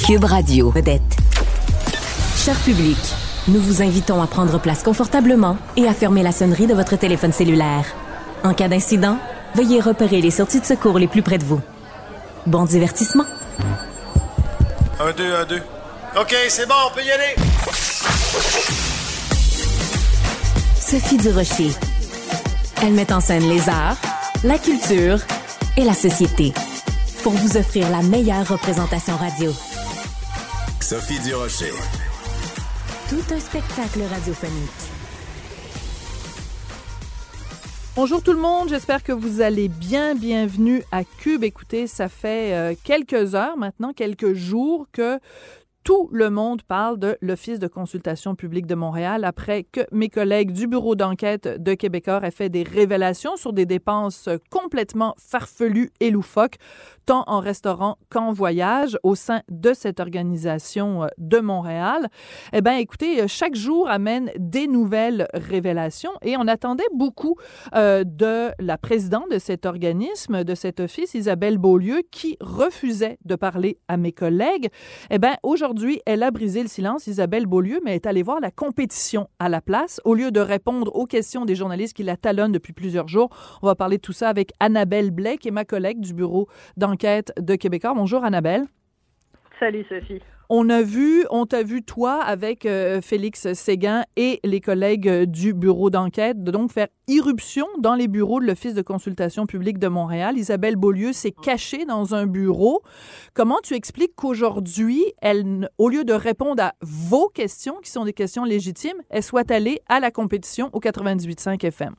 Cube Radio. Vedette. Cher public, nous vous invitons à prendre place confortablement et à fermer la sonnerie de votre téléphone cellulaire. En cas d'incident, veuillez repérer les sorties de secours les plus près de vous. Bon divertissement. 1, 2, 1, 2. OK, c'est bon, on peut y aller. Sophie Durocher. Elle met en scène les arts, la culture et la société pour vous offrir la meilleure représentation radio. Sophie Durocher. Tout un spectacle radiophonique. Bonjour tout le monde, j'espère que vous allez bien. Bienvenue à Cube. Écoutez, ça fait quelques heures maintenant, quelques jours que tout le monde parle de l'Office de consultation publique de Montréal après que mes collègues du bureau d'enquête de Québecor aient fait des révélations sur des dépenses complètement farfelues et loufoques, tant en restaurant qu'en voyage au sein de cette organisation de Montréal. Eh bien, écoutez, chaque jour amène des nouvelles révélations et on attendait beaucoup de la présidente de cet organisme, de cet office, Isabelle Beaulieu, qui refusait de parler à mes collègues. Eh bien, aujourd'hui, elle a brisé le silence, Isabelle Beaulieu, mais est allée voir la compétition à la place. Au lieu de répondre aux questions des journalistes qui la talonnent depuis plusieurs jours, on va parler de tout ça avec Annabelle Blais, qui est ma collègue du bureau d'enquête de Québecor. Bonjour, Annabelle. Salut, Sophie. On t'a vu, toi, avec Félix Séguin et les collègues du bureau d'enquête, de donc faire irruption dans les bureaux de l'Office de consultation publique de Montréal. Isabelle Beaulieu s'est cachée dans un bureau. Comment tu expliques qu'aujourd'hui, elle, au lieu de répondre à vos questions, qui sont des questions légitimes, elle soit allée à la compétition au 98.5 FM?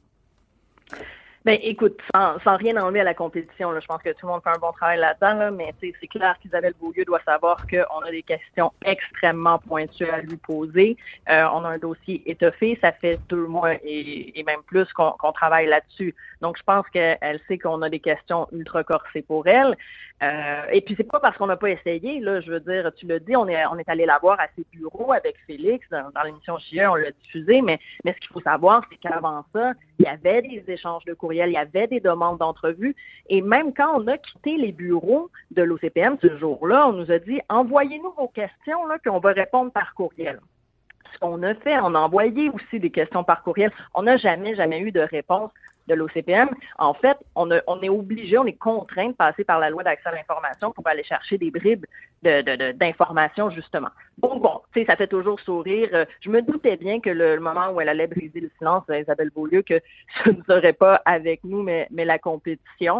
Ben, écoute, sans rien enlever à la compétition, là, je pense que tout le monde fait un bon travail là-dedans, là, mais c'est clair qu'Isabelle Beaulieu doit savoir qu'on a des questions extrêmement pointues à lui poser. On a un dossier étoffé, ça fait 2 mois et même plus qu'on travaille là-dessus. Donc, je pense qu'elle sait qu'on a des questions ultra corsées pour elle. Et puis, c'est pas parce qu'on n'a pas essayé, là, je veux dire, tu l'as dit, on est allé la voir à ses bureaux avec Félix, dans l'émission JE, on l'a diffusé, mais ce qu'il faut savoir, c'est qu'avant ça, il y avait des échanges de courriels, il y avait des demandes d'entrevue, et même quand on a quitté les bureaux de l'OCPM ce jour-là, on nous a dit, envoyez-nous vos questions, là, qu'on va répondre par courriel. Ce qu'on a fait, on a envoyé aussi des questions par courriel. On n'a jamais eu de réponse de l'OCPM. En fait, on est obligé, on est contraint de passer par la loi d'accès à l'information pour aller chercher des bribes d'informations, justement. Bon, tu sais, ça fait toujours sourire. Je me doutais bien que le moment où elle allait briser le silence, Isabelle Beaulieu, que ce ne serait pas avec nous, mais la compétition.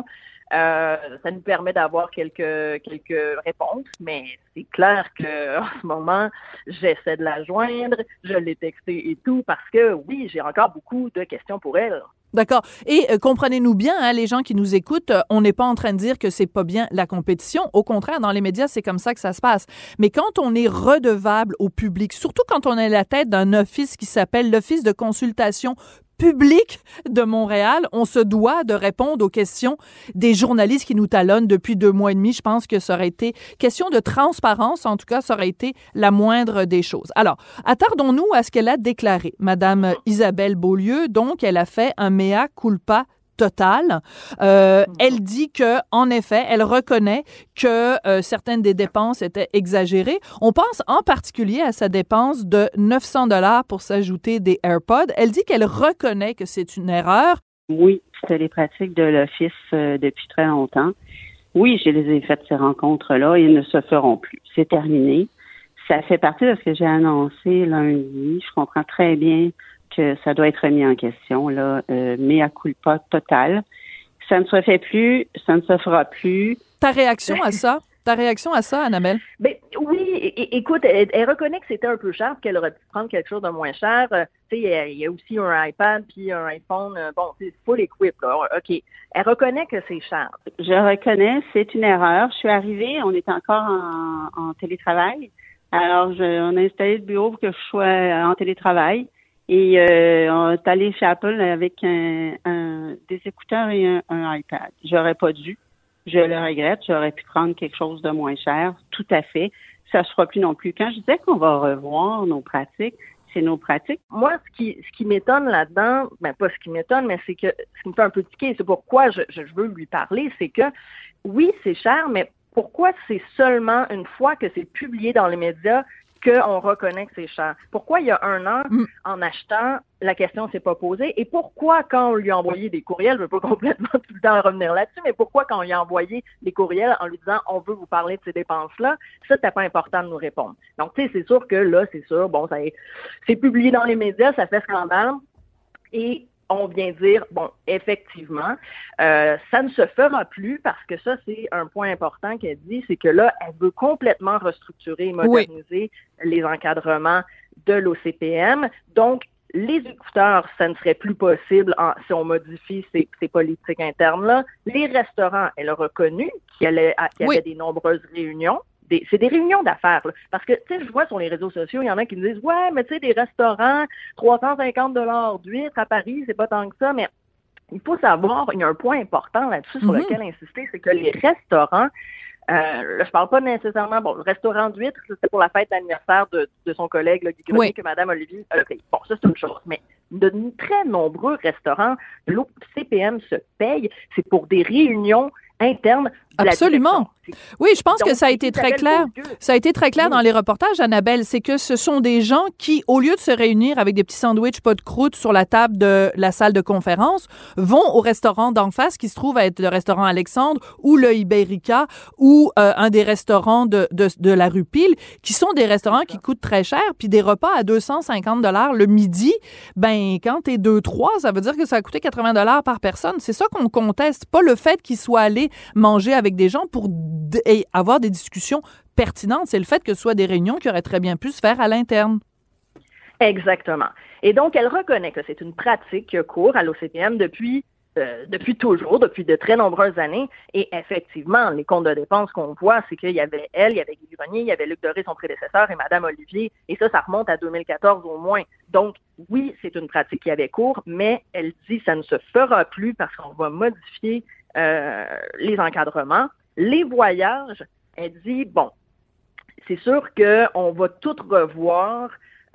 Ça nous permet d'avoir quelques réponses, mais c'est clair que en ce moment, j'essaie de la joindre, je l'ai textée et tout, parce que oui, j'ai encore beaucoup de questions pour elle. D'accord. Et comprenez-nous bien, hein, les gens qui nous écoutent, on n'est pas en train de dire que c'est pas bien la compétition. Au contraire, dans les médias, c'est comme ça que ça se passe. Mais quand on est redevable au public, surtout quand on est à la tête d'un office qui s'appelle l'Office de consultation public de Montréal, on se doit de répondre aux questions des journalistes qui nous talonnent depuis 2 mois et demi. Je pense que ça aurait été question de transparence, en tout cas, ça aurait été la moindre des choses. Alors, attardons-nous à ce qu'elle a déclaré. Madame Isabelle Beaulieu, donc, elle a fait un mea culpa total. Elle dit que, en effet, elle reconnaît que certaines des dépenses étaient exagérées. On pense en particulier à sa dépense de 900 $ pour s'ajouter des AirPods. Elle dit qu'elle reconnaît que c'est une erreur. Oui, c'était les pratiques de l'Office depuis très longtemps. Oui, je les ai faites, ces rencontres-là, et elles ne se feront plus. C'est terminé. Ça fait partie de ce que j'ai annoncé lundi. Je comprends très bien que ça doit être remis en question, là, mea culpa total. Ça ne se fait plus, ça ne se fera plus. Ta réaction à ça? Annabelle? Ben, oui, écoute, elle reconnaît que c'était un peu cher, qu'elle aurait pu prendre quelque chose de moins cher. Tu sais, il y a aussi un iPad puis un iPhone, bon, c'est full equip, là. OK. Elle reconnaît que c'est cher. Je reconnais, c'est une erreur. Je suis arrivée, on est encore en télétravail. Alors, on a installé le bureau pour que je sois en télétravail. Et on est allé chez Apple avec des écouteurs et un iPad. J'aurais pas dû. Je le regrette. J'aurais pu prendre quelque chose de moins cher. Tout à fait. Ça se fera plus non plus. Quand je disais qu'on va revoir nos pratiques, c'est nos pratiques. Moi, ce qui m'étonne là-dedans, ben pas ce qui m'étonne, mais c'est que ce qui me fait un peu tiquer, c'est pourquoi je veux lui parler, c'est que oui, c'est cher, mais pourquoi c'est seulement une fois que c'est publié dans les médias qu'on reconnaît que c'est cher? Pourquoi il y a 1 an, en achetant, la question s'est pas posée? Et pourquoi, quand on lui a envoyé des courriels, je veux pas complètement tout le temps revenir là-dessus, mais pourquoi quand on lui a envoyé des courriels en lui disant « on veut vous parler de ces dépenses-là », ça, c'était pas important de nous répondre. Donc, tu sais, c'est sûr que là, c'est sûr, bon, c'est publié dans les médias, ça fait scandale, et on vient dire, bon, effectivement, ça ne se fera plus parce que ça, c'est un point important qu'elle dit, c'est que là, elle veut complètement restructurer et moderniser les encadrements de l'OCPM. Donc, les écouteurs, ça ne serait plus possible si on modifie ces politiques internes-là. Les restaurants, elle a reconnu qu'il y avait des nombreuses réunions. C'est des réunions d'affaires, là. Parce que, tu sais, je vois sur les réseaux sociaux, il y en a qui me disent « Ouais, mais tu sais, des restaurants, 350 $ d'huîtres à Paris, c'est pas tant que ça. » Mais il faut savoir, il y a un point important là-dessus sur lequel insister, c'est que les restaurants, là, je parle pas nécessairement, bon, le restaurant d'huîtres, c'était pour la fête d'anniversaire de son collègue, là, Guy Grenier, que Mme Olivier a payé. Bon, ça, c'est une chose. Mais de très nombreux restaurants, l'OCPM se paye, c'est pour des réunions internes. Absolument. Oui, je pense que ça a été très clair. Ça a été très clair dans les reportages, Annabelle. C'est que ce sont des gens qui, au lieu de se réunir avec des petits sandwichs pas de croûte sur la table de la salle de conférence, vont au restaurant d'en face qui se trouve être le restaurant Alexandre ou le Iberica ou un des restaurants de la rue Pile, qui sont des restaurants qui coûtent très cher, puis des repas à 250 $ le midi. Ben, quand t'es 2-3, ça veut dire que ça a coûté 80 $ par personne. C'est ça qu'on conteste, pas le fait qu'ils soient allés manger avec des gens pour avoir des discussions pertinentes. C'est le fait que ce soit des réunions qui auraient très bien pu se faire à l'interne. Exactement. Et donc, elle reconnaît que c'est une pratique qui court à l'OCPM depuis toujours, depuis de très nombreuses années. Et effectivement, les comptes de dépenses qu'on voit, c'est qu'il y avait elle, il y avait Guy Grenier, il y avait Luc Doré, son prédécesseur, et Mme Olivier. Et ça remonte à 2014 au moins. Donc, oui, c'est une pratique qui avait cours, mais elle dit que ça ne se fera plus parce qu'on va modifier les encadrements. Les voyages, elle dit, bon, c'est sûr qu'on va tout revoir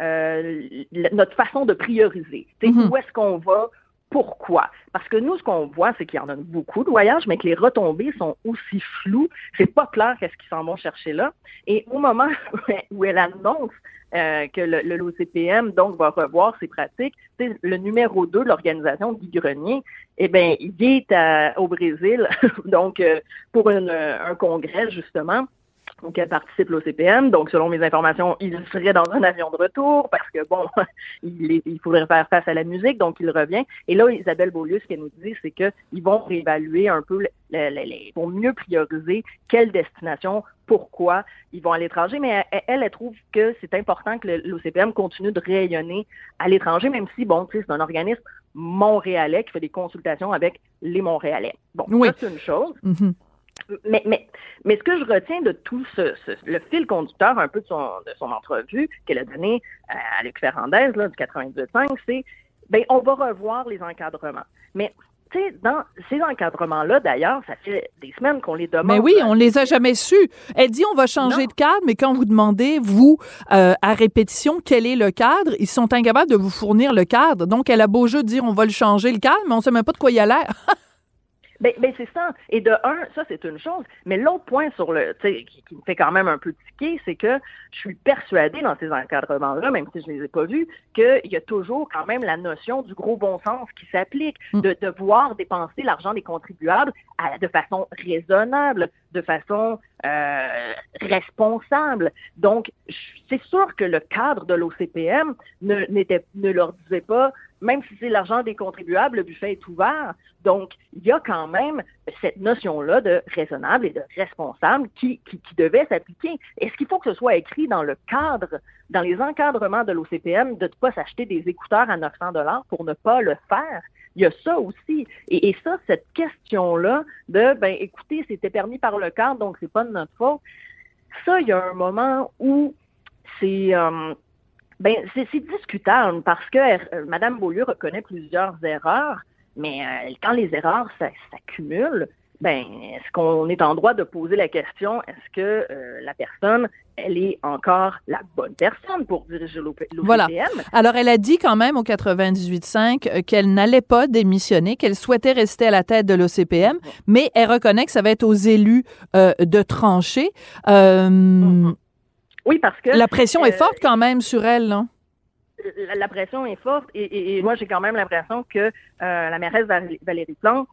notre façon de prioriser. Où est-ce qu'on va? Pourquoi? Parce que nous, ce qu'on voit, c'est qu'il y en a beaucoup de voyages, mais que les retombées sont aussi floues. C'est pas clair qu'est-ce qu'ils s'en vont chercher là. Et au moment où elle annonce que l'OCPM, donc, va revoir ses pratiques, le numéro 2 de l'organisation, Guy Grenier, eh bien, il est au Brésil, donc, pour un congrès, justement, auquel participe l'OCPM. Donc, selon mes informations, il serait dans un avion de retour parce que, bon, il faudrait faire face à la musique, donc il revient. Et là, Isabelle Beaulieu, ce qu'elle nous dit, c'est qu'ils vont réévaluer un peu, ils vont mieux prioriser quelle destination, pourquoi ils vont à l'étranger. Mais elle trouve que c'est important que l'OCPM continue de rayonner à l'étranger, même si, bon, tu sais, c'est un organisme montréalais qui fait des consultations avec les Montréalais. Bon, ça, c'est une chose. Mm-hmm. Mais ce que je retiens de tout le fil conducteur un peu de son entrevue qu'elle a donné à Luc Ferrandez là, du 98.5, c'est on va revoir les encadrements. Mais tu sais, dans ces encadrements-là, d'ailleurs, ça fait des semaines qu'on les demande. Mais oui, on les a jamais su. Elle dit on va changer de cadre, mais quand vous demandez, vous, à répétition, quel est le cadre, ils sont incapables de vous fournir le cadre. Donc, elle a beau jeu de dire on va le changer, le cadre, mais on sait même pas de quoi il a l'air. Ben c'est ça. Et de un, ça c'est une chose. Mais l'autre point qui me fait quand même un peu tiquer, c'est que je suis persuadée dans ces encadrements-là, même si je les ai pas vus, qu'il y a toujours quand même la notion du gros bon sens qui s'applique, de devoir dépenser l'argent des contribuables de façon raisonnable, de façon responsable. Donc, c'est sûr que le cadre de l'OCPM ne leur disait pas, même si c'est l'argent des contribuables, le buffet est ouvert. Donc, il y a quand même cette notion-là de raisonnable et de responsable qui devait s'appliquer. Est-ce qu'il faut que ce soit écrit dans le cadre, dans les encadrements de l'OCPM, de ne pas s'acheter des écouteurs à 900 $ pour ne pas le faire? Il y a ça aussi. Et ça, cette question-là de, écoutez, c'était permis par le cadre, donc c'est pas de notre faute. Ça, il y a un moment où c'est discutable parce que Mme Beaulieu reconnaît plusieurs erreurs, mais quand les erreurs s'accumulent, est-ce qu'on est en droit de poser la question, est-ce que la personne, elle est encore la bonne personne pour diriger l'OCPM? Voilà. Alors, elle a dit quand même au 98.5 qu'elle n'allait pas démissionner, qu'elle souhaitait rester à la tête de l'OCPM, mais elle reconnaît que ça va être aux élus de trancher. Oui, parce que... La pression est forte quand même sur elle, non? La pression est forte et moi, j'ai quand même l'impression que la mairesse Valérie Plante,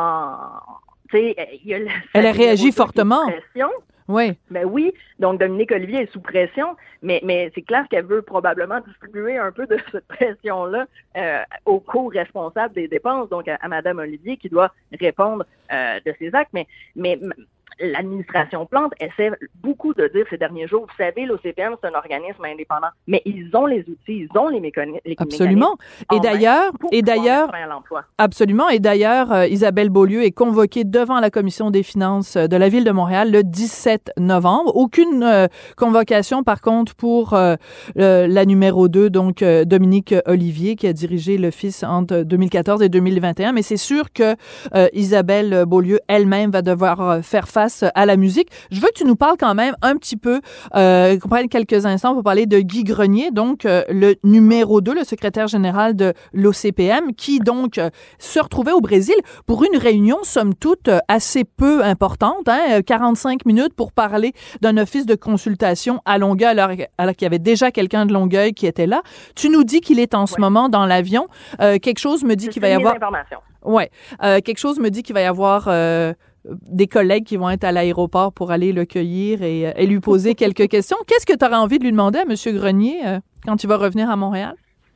elle a réagi fortement. Oui. Ben oui, donc Dominique Olivier est sous pression, mais c'est clair qu'elle veut probablement distribuer un peu de cette pression-là aux co-responsables des dépenses, donc à Mme Olivier qui doit répondre de ses actes, mais l'administration Plante essaie beaucoup de dire ces derniers jours, vous savez, l'OCPM, c'est un organisme indépendant, mais ils ont les outils, ils ont les mécanismes. Absolument. Et d'ailleurs, absolument. Et d'ailleurs, Isabelle Beaulieu est convoquée devant la Commission des finances de la Ville de Montréal le 17 novembre. Aucune convocation, par contre, pour la numéro 2, donc Dominique Olivier, qui a dirigé l'Office entre 2014 et 2021. Mais c'est sûr que Isabelle Beaulieu elle-même va devoir faire face à la musique. Je veux que tu nous parles quand même un petit peu, qu'on prenne quelques instants pour parler de Guy Grenier, donc le numéro 2, le secrétaire général de l'OCPM, qui donc se retrouvait au Brésil pour une réunion, somme toute, assez peu importante, 45 minutes pour parler d'un office de consultation à Longueuil, alors qu'il y avait déjà quelqu'un de Longueuil qui était là. Tu nous dis qu'il est en ce moment dans l'avion. Quelque chose me dit qu'il va y avoir... Ouais. Quelque chose me dit qu'il va y avoir... des collègues qui vont être à l'aéroport pour aller le cueillir et lui poser quelques questions. Qu'est-ce que tu aurais envie de lui demander à M. Grenier quand il va revenir à Montréal?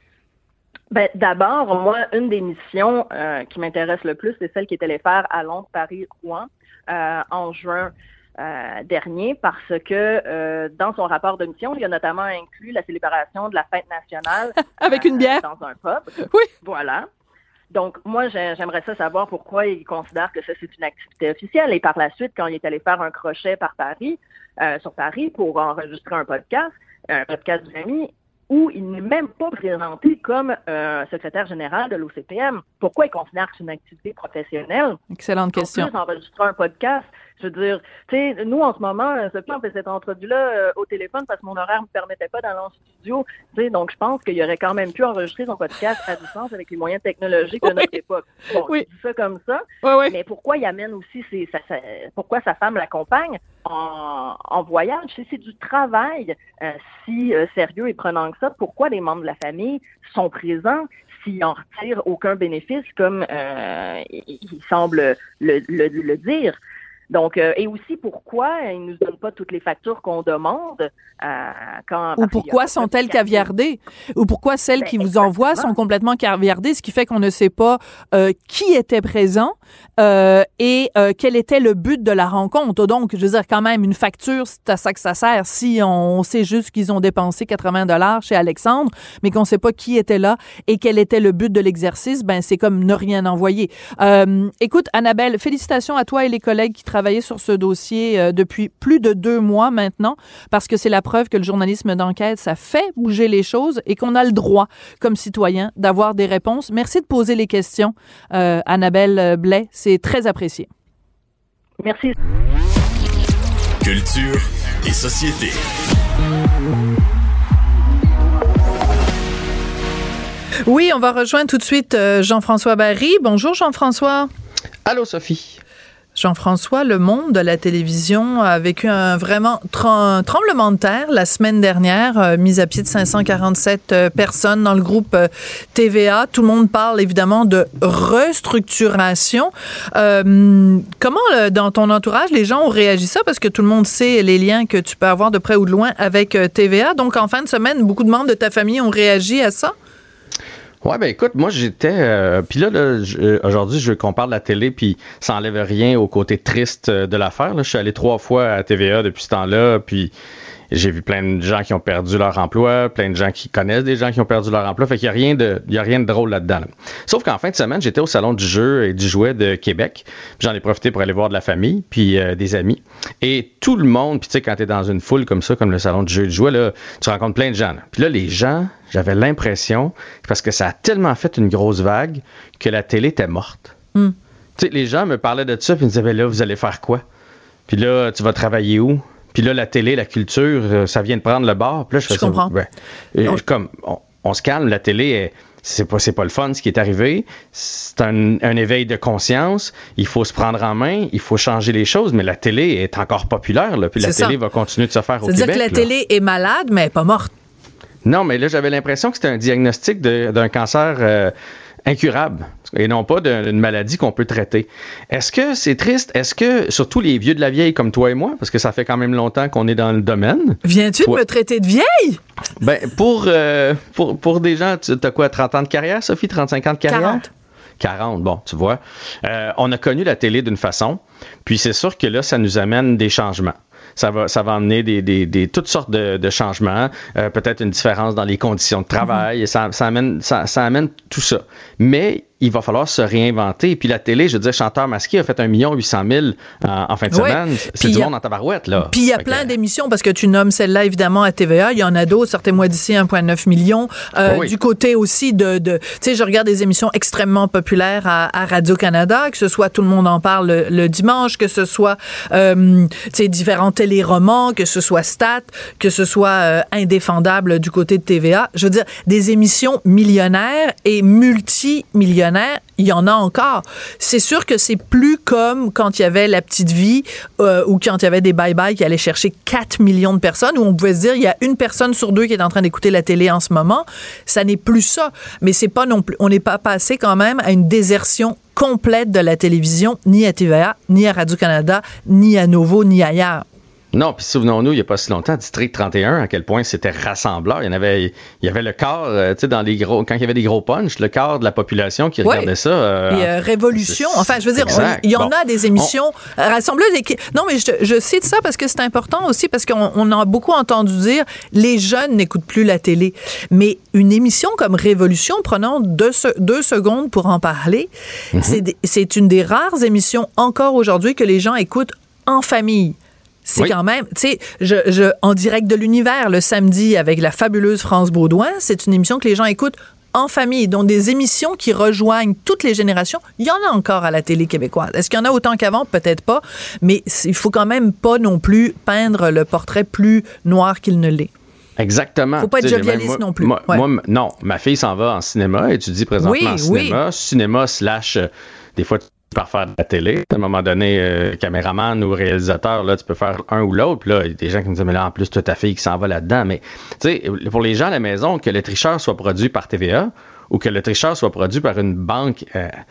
D'abord, moi, une des missions qui m'intéresse le plus, c'est celle qui est allée faire à Londres, Paris, Rouen en juin dernier, parce que dans son rapport de mission, il y a notamment inclus la célébration de la fête nationale avec une bière dans un pub. Oui. Voilà. Donc, moi, j'aimerais ça savoir pourquoi il considère que ça, c'est une activité officielle. Et par la suite, quand il est allé faire un crochet sur Paris pour enregistrer un podcast du ami, où il n'est même pas présenté comme secrétaire général de l'OCPM. Pourquoi il considère que c'est une activité professionnelle? Excellente question. En plus, enregistrer un podcast, je veux dire, tu sais, nous, en ce moment, Sophie, on fait cette entrevue-là au téléphone parce que mon horaire ne me permettait pas d'aller en studio. Tu sais, donc, je pense qu'il aurait quand même pu enregistrer son podcast à distance avec les moyens technologiques de notre époque. Bon, je dis ça comme ça. Oui. Mais pourquoi il amène aussi pourquoi sa femme l'accompagne en voyage? C'est du travail si sérieux et prenant que ça. Pourquoi les membres de la famille sont présents s'ils n'en retirent aucun bénéfice, comme il semble le dire? Donc, et aussi, pourquoi ils ne nous donnent pas toutes les factures qu'on demande ou pourquoi sont-elles caviardées? Ou pourquoi celles qui vous envoient sont complètement caviardées, ce qui fait qu'on ne sait pas qui était présent et quel était le but de la rencontre. Donc, je veux dire, quand même, une facture, c'est à ça que ça sert. Si on sait juste qu'ils ont dépensé 80$ chez Alexandre, mais qu'on ne sait pas qui était là et quel était le but de l'exercice, ben c'est comme ne rien envoyer. Écoute, Annabelle, félicitations à toi et les collègues qui travaillé sur ce dossier depuis plus de 2 mois maintenant, parce que c'est la preuve que le journalisme d'enquête, ça fait bouger les choses et qu'on a le droit, comme citoyen, d'avoir des réponses. Merci de poser les questions, Annabelle Blais. C'est très apprécié. Merci. Culture et société. Oui, on va rejoindre tout de suite Jean-François Barry. Bonjour, Jean-François. Allô, Sophie. Jean-François, le monde de la télévision a vécu un vraiment tremblement de terre la semaine dernière, mise à pied de 547 personnes dans le groupe TVA. Tout le monde parle évidemment de restructuration. Comment, dans ton entourage, les gens ont réagi ça? Parce que tout le monde sait les liens que tu peux avoir de près ou de loin avec TVA. Donc, en fin de semaine, beaucoup de membres de ta famille ont réagi à ça? Ouais, ben écoute, moi j'étais... puis là aujourd'hui, je veux qu'on parle de la télé, puis ça enlève rien au côté triste de l'affaire. Là, je suis allé 3 fois à TVA depuis ce temps-là, puis j'ai vu plein de gens qui ont perdu leur emploi, plein de gens qui connaissent des gens qui ont perdu leur emploi. Fait qu'il y a rien de drôle là-dedans. Là. Sauf qu'en fin de semaine, j'étais au Salon du jeu et du jouet de Québec. J'en ai profité pour aller voir de la famille, puis des amis. Et tout le monde, puis tu sais, quand t'es dans une foule comme ça, comme le Salon du jeu et du jouet, là, tu rencontres plein de gens. Là. Puis là, les gens, j'avais l'impression, parce que ça a tellement fait une grosse vague, que la télé était morte. Tu sais, les gens me parlaient de ça, puis ils me disaient, ben là, vous allez faire quoi? Puis là, tu vas travailler où? Puis là, la télé, la culture, ça vient de prendre le bord. Puis là, je comprends. Comme, on se calme, la télé, c'est pas le fun ce qui est arrivé. C'est un éveil de conscience. Il faut se prendre en main. Il faut changer les choses. Mais la télé est encore populaire. Là, puis la télé va continuer de se faire au Québec. C'est-à-dire que la télé est malade, mais elle n'est pas morte. Non, mais là, j'avais l'impression que c'était un diagnostic d'un cancer incurable et non pas d'une maladie qu'on peut traiter. Est-ce que c'est triste? Est-ce que, surtout les vieux de la vieille comme toi et moi, parce que ça fait quand même longtemps qu'on est dans le domaine... Viens-tu de me traiter de vieille? Ben, pour des gens, tu as quoi, 30 ans de carrière, Sophie? 35 ans de carrière? 40, bon, tu vois. On a connu la télé d'une façon, puis c'est sûr que là, ça nous amène des changements. Ça va amener toutes sortes de changements, peut-être une différence dans les conditions de travail, et ça amène tout ça. Mais il va falloir se réinventer. Et puis la télé, je veux dire, Chanteur masqué a fait 1 800 000 en fin de semaine. C'est du monde en tabarouette, là. Puis il y a plein d'émissions, parce que tu nommes celle-là, évidemment, à TVA. Il y en a d'autres, sortez-moi d'ici, 1,9 million. Du côté aussi de tu sais, je regarde des émissions extrêmement populaires à Radio-Canada, que ce soit Tout le monde en parle le dimanche, que ce soit, tu sais, différents téléromans, que ce soit Stat, que ce soit Indéfendable du côté de TVA. Je veux dire, des émissions millionnaires et multimillionnaires, il y en a encore. C'est sûr que c'est plus comme quand il y avait La Petite Vie ou quand il y avait des bye-bye qui allaient chercher 4 millions de personnes, où on pouvait se dire, il y a 1 personne sur 2 qui est en train d'écouter la télé en ce moment. Ça n'est plus ça. Mais c'est pas non plus, on n'est pas passé quand même à une désertion complète de la télévision, ni à TVA, ni à Radio-Canada, ni à Novo, ni ailleurs. Non, puis souvenons-nous, il n'y a pas si longtemps, District 31, à quel point c'était rassembleur. Il y avait le quart, tu sais, dans les gros, quand il y avait des gros punchs, le quart de la population qui regardait ça. Et Révolution, enfin, je veux dire, il y en a des émissions rassembleuses. Non, mais je cite ça parce que c'est important aussi, parce qu'on a beaucoup entendu dire, les jeunes n'écoutent plus la télé. Mais une émission comme Révolution, prenons 2 secondes pour en parler, c'est une des rares émissions encore aujourd'hui que les gens écoutent en famille. C'est quand même, tu sais, en direct de l'univers, le samedi, avec la fabuleuse France Baudouin, c'est une émission que les gens écoutent en famille, donc des émissions qui rejoignent toutes les générations. Il y en a encore à la télé québécoise. Est-ce qu'il y en a autant qu'avant? Peut-être pas, mais il faut quand même pas non plus peindre le portrait plus noir qu'il ne l'est. Exactement. Faut pas être jovialiste non plus. Moi, non, ma fille s'en va en cinéma, étudie présentement en cinéma / des fois tu peux faire de la télé. À un moment donné, caméraman ou réalisateur, là, tu peux faire un ou l'autre. Puis là, il y a des gens qui me disent, mais là, en plus, tu as ta fille qui s'en va là-dedans. Mais, tu sais, pour les gens à la maison, que Le Tricheur soit produit par TVA ou que Le Tricheur soit produit par une banque,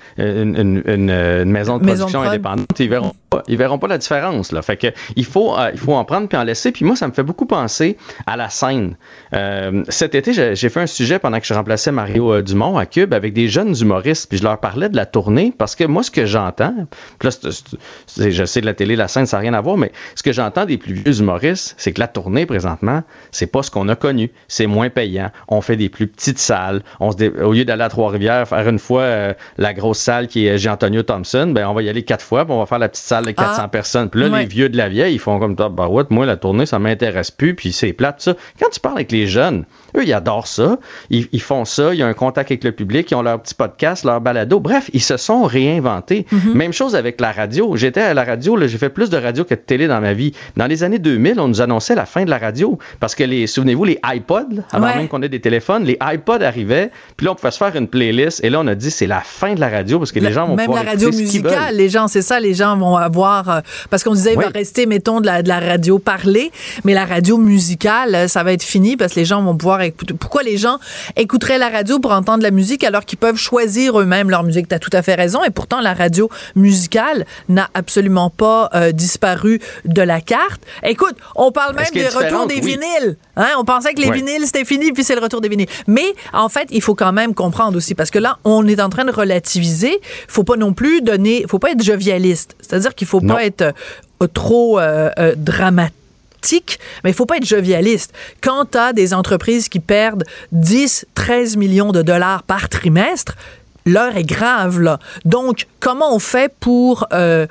une maison de production indépendante, ils verront pas la différence, là. Fait que il faut en prendre puis en laisser. Puis moi, ça me fait beaucoup penser à la scène. Cet été, j'ai fait un sujet pendant que je remplaçais Mario Dumont à Cube avec des jeunes humoristes. Puis je leur parlais de la tournée parce que moi, ce que j'entends, puis là, je sais de la télé, la scène, ça n'a rien à voir, mais ce que j'entends des plus vieux humoristes, c'est que la tournée, présentement, c'est pas ce qu'on a connu. C'est moins payant. On fait des plus petites salles. Au lieu d'aller à Trois-Rivières, faire une fois la grosse salle qui est Jean-Antonio Thompson, ben on va y aller 4 fois, puis on va faire la petite salle de 400 personnes. Puis là, les vieux de la vieille, ils font comme toi, barouette, moi, la tournée, ça m'intéresse plus, puis c'est plate, ça. Quand tu parles avec les jeunes, eux, ils adorent ça. Ils font ça, il y a un contact avec le public, ils ont leur petit podcast, leur balado. Bref, ils se sont réinventés. Même chose avec la radio. J'étais à la radio, là, j'ai fait plus de radio que de télé dans ma vie. Dans les années 2000, on nous annonçait la fin de la radio, parce que souvenez-vous, les iPods, là, avant même qu'on ait des téléphones, les iPods arrivaient, puis là, on pouvait se faire une playlist, et là, on a dit, c'est la fin de la radio, parce que les gens vont pouvoir même la radio musicale, les gens, c'est ça, les gens vont avoir, parce qu'on disait, il va rester, mettons, de la radio parlée, mais la radio musicale, ça va être fini, parce que les gens vont pouvoir écouter. Pourquoi les gens écouteraient la radio pour entendre la musique alors qu'ils peuvent choisir eux-mêmes leur musique? T'as tout à fait raison, et pourtant, la radio musicale n'a absolument pas disparu de la carte. Écoute, on parle même des retours des vinyles. Hein? On pensait que les vinyles, c'était fini, puis c'est le retour des vinyles. Mais, en fait, il faut quand même comprendre aussi, parce que là, on est en train de relativiser. Faut pas non plus faut pas être jovialiste. C'est-à-dire qu'il faut pas être trop dramatique, mais il faut pas être jovialiste. Quand tu as des entreprises qui perdent 10, 13 millions de dollars par trimestre, l'heure est grave, là. Donc, comment on fait pour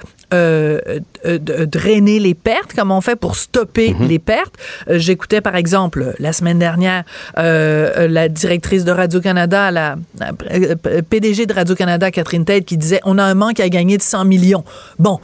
drainer les pertes? Comment on fait pour stopper les pertes? J'écoutais, par exemple, la semaine dernière, la directrice de Radio-Canada, la PDG de Radio-Canada, Catherine Tate, qui disait « On a un manque à gagner de 100 millions. » Bon,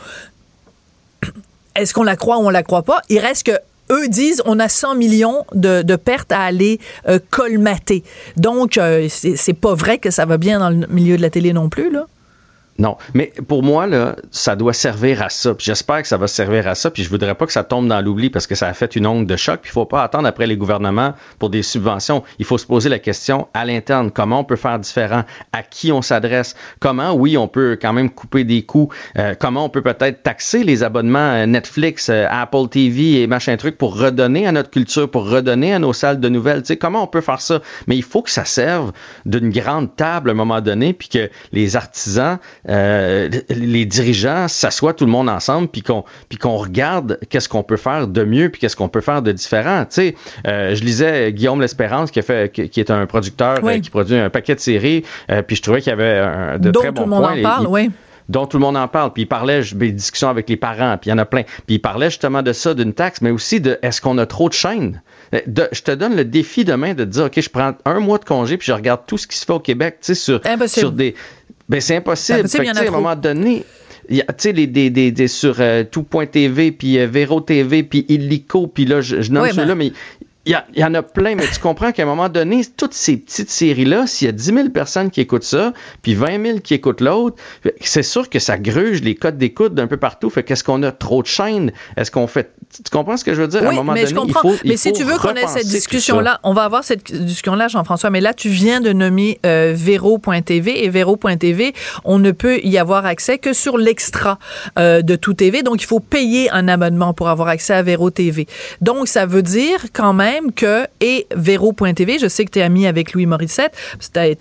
est-ce qu'on la croit ou on la croit pas? Il reste que eux disent on a 100 millions de pertes à aller colmater. Donc, c'est pas vrai que ça va bien dans le milieu de la télé non plus, là. Non, mais pour moi, là, ça doit servir à ça. Puis j'espère que ça va servir à ça. Puis je voudrais pas que ça tombe dans l'oubli parce que ça a fait une onde de choc. Puis il faut pas attendre après les gouvernements pour des subventions. Il faut se poser la question à l'interne. Comment on peut faire différent? À qui on s'adresse? Comment, oui, on peut quand même couper des coûts? Comment on peut peut-être taxer les abonnements Netflix, Apple TV et machin truc pour redonner à notre culture, pour redonner à nos salles de nouvelles? Tu sais, comment on peut faire ça? Mais il faut que ça serve d'une grande table à un moment donné puis que les artisans les dirigeants s'assoient tout le monde ensemble puis qu'on regarde qu'est-ce qu'on peut faire de mieux puis qu'est-ce qu'on peut faire de différent. Tu sais, je lisais Guillaume L'Espérance qui est un producteur qui produit un paquet de séries puis je trouvais qu'il y avait de très bons points. Dont tout le monde en parle, puis il parlait des discussions avec les parents, puis il y en a plein. Puis il parlait justement de ça, d'une taxe, mais aussi de est-ce qu'on a trop de chaînes? Je te donne le défi demain de te dire, OK, je prends un mois de congé, puis je regarde tout ce qui se fait au Québec, tu sais, sur des... Ben c'est impossible. Fait que, à un moment donné... Tu sais, sur tout.tv, puis Véro TV, puis Illico, puis là, je nomme ceux-là, mais... Il y en a plein, mais tu comprends qu'à un moment donné, toutes ces petites séries-là, s'il y a 10 000 personnes qui écoutent ça, puis 20 000 qui écoutent l'autre, c'est sûr que ça gruge les codes d'écoute d'un peu partout. Fait qu'est-ce qu'on a trop de chaînes? Est-ce qu'on fait... Tu comprends ce que je veux dire? Oui, à un moment mais donné, je comprends. Mais si tu veux qu'on ait cette discussion-là, on va avoir cette discussion-là, Jean-François, mais là, tu viens de nommer Véro.tv, et Véro.tv, on ne peut y avoir accès que sur l'extra de Tout TV. Donc, il faut payer un abonnement pour avoir accès à Véro TV. Donc, ça veut dire quand même et Véro.tv, je sais que tu es ami avec Louis Morissette, tu as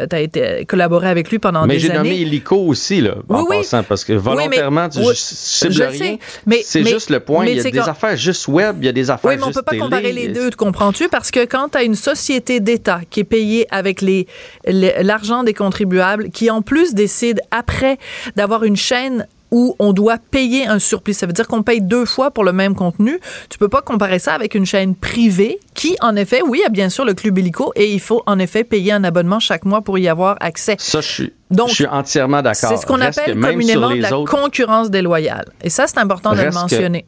été collaboré avec lui pendant des années. Mais j'ai nommé Illico aussi, là, en passant, parce que volontairement, tu cibles rien. C'est juste le point. Il y a des affaires juste web, il y a des affaires juste télé. Oui, mais on peut pas comparer les deux, comprends-tu? Parce que quand tu as une société d'État qui est payée avec l'argent des contribuables, qui en plus décide après d'avoir une chaîne où on doit payer un surplus. Ça veut dire qu'on paye 2 fois pour le même contenu. Tu peux pas comparer ça avec une chaîne privée qui, en effet, oui, a bien sûr le Club Illico et il faut en effet payer un abonnement chaque mois pour y avoir accès. Ça, je suis entièrement d'accord. C'est ce qu'on appelle communément de la concurrence déloyale. Et ça, c'est important de le mentionner.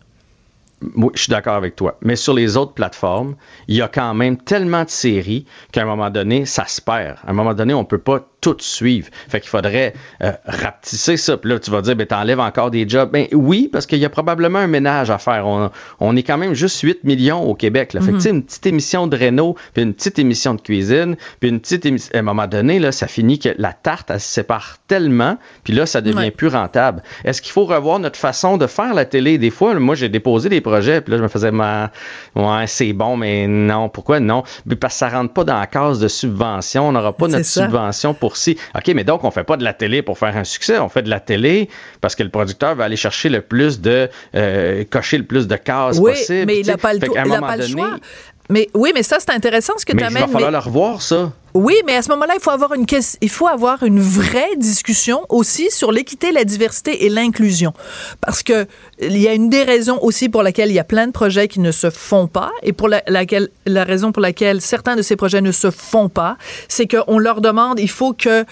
Oui, je suis d'accord avec toi. Mais sur les autres plateformes, il y a quand même tellement de séries qu'à un moment donné, ça se perd. À un moment donné, on peut pas tout suivre. Fait qu'il faudrait rapetisser ça. Puis là, tu vas dire, ben t'enlèves encore des jobs. Ben oui, parce qu'il y a probablement un ménage à faire. On est quand même juste 8 millions au Québec. Là. Fait que tu sais, une petite émission de réno, puis une petite émission de cuisine, puis une petite émission... À un moment donné, là, ça finit que la tarte, elle se sépare tellement, puis là, ça devient plus rentable. Est-ce qu'il faut revoir notre façon de faire la télé? Des fois, moi, j'ai déposé des projets, puis là, je me faisais, ouais, c'est bon, mais non, pourquoi non? Parce que ça rentre pas dans la case de subvention. On n'aura pas notre subvention pour si. OK, mais donc, on fait pas de la télé pour faire un succès. On fait de la télé parce que le producteur va aller chercher le plus cocher le plus de cases possible. Mais il n'a pas le choix. Mais oui, mais ça, c'est intéressant ce que tu amènes. Il va falloir le revoir, ça. Oui, mais à ce moment-là, il faut avoir une vraie discussion aussi sur l'équité, la diversité et l'inclusion. Parce que il y a une des raisons aussi pour laquelle il y a plein de projets qui ne se font pas et pour la raison pour laquelle certains de ces projets ne se font pas, c'est qu'on leur demande, il faut que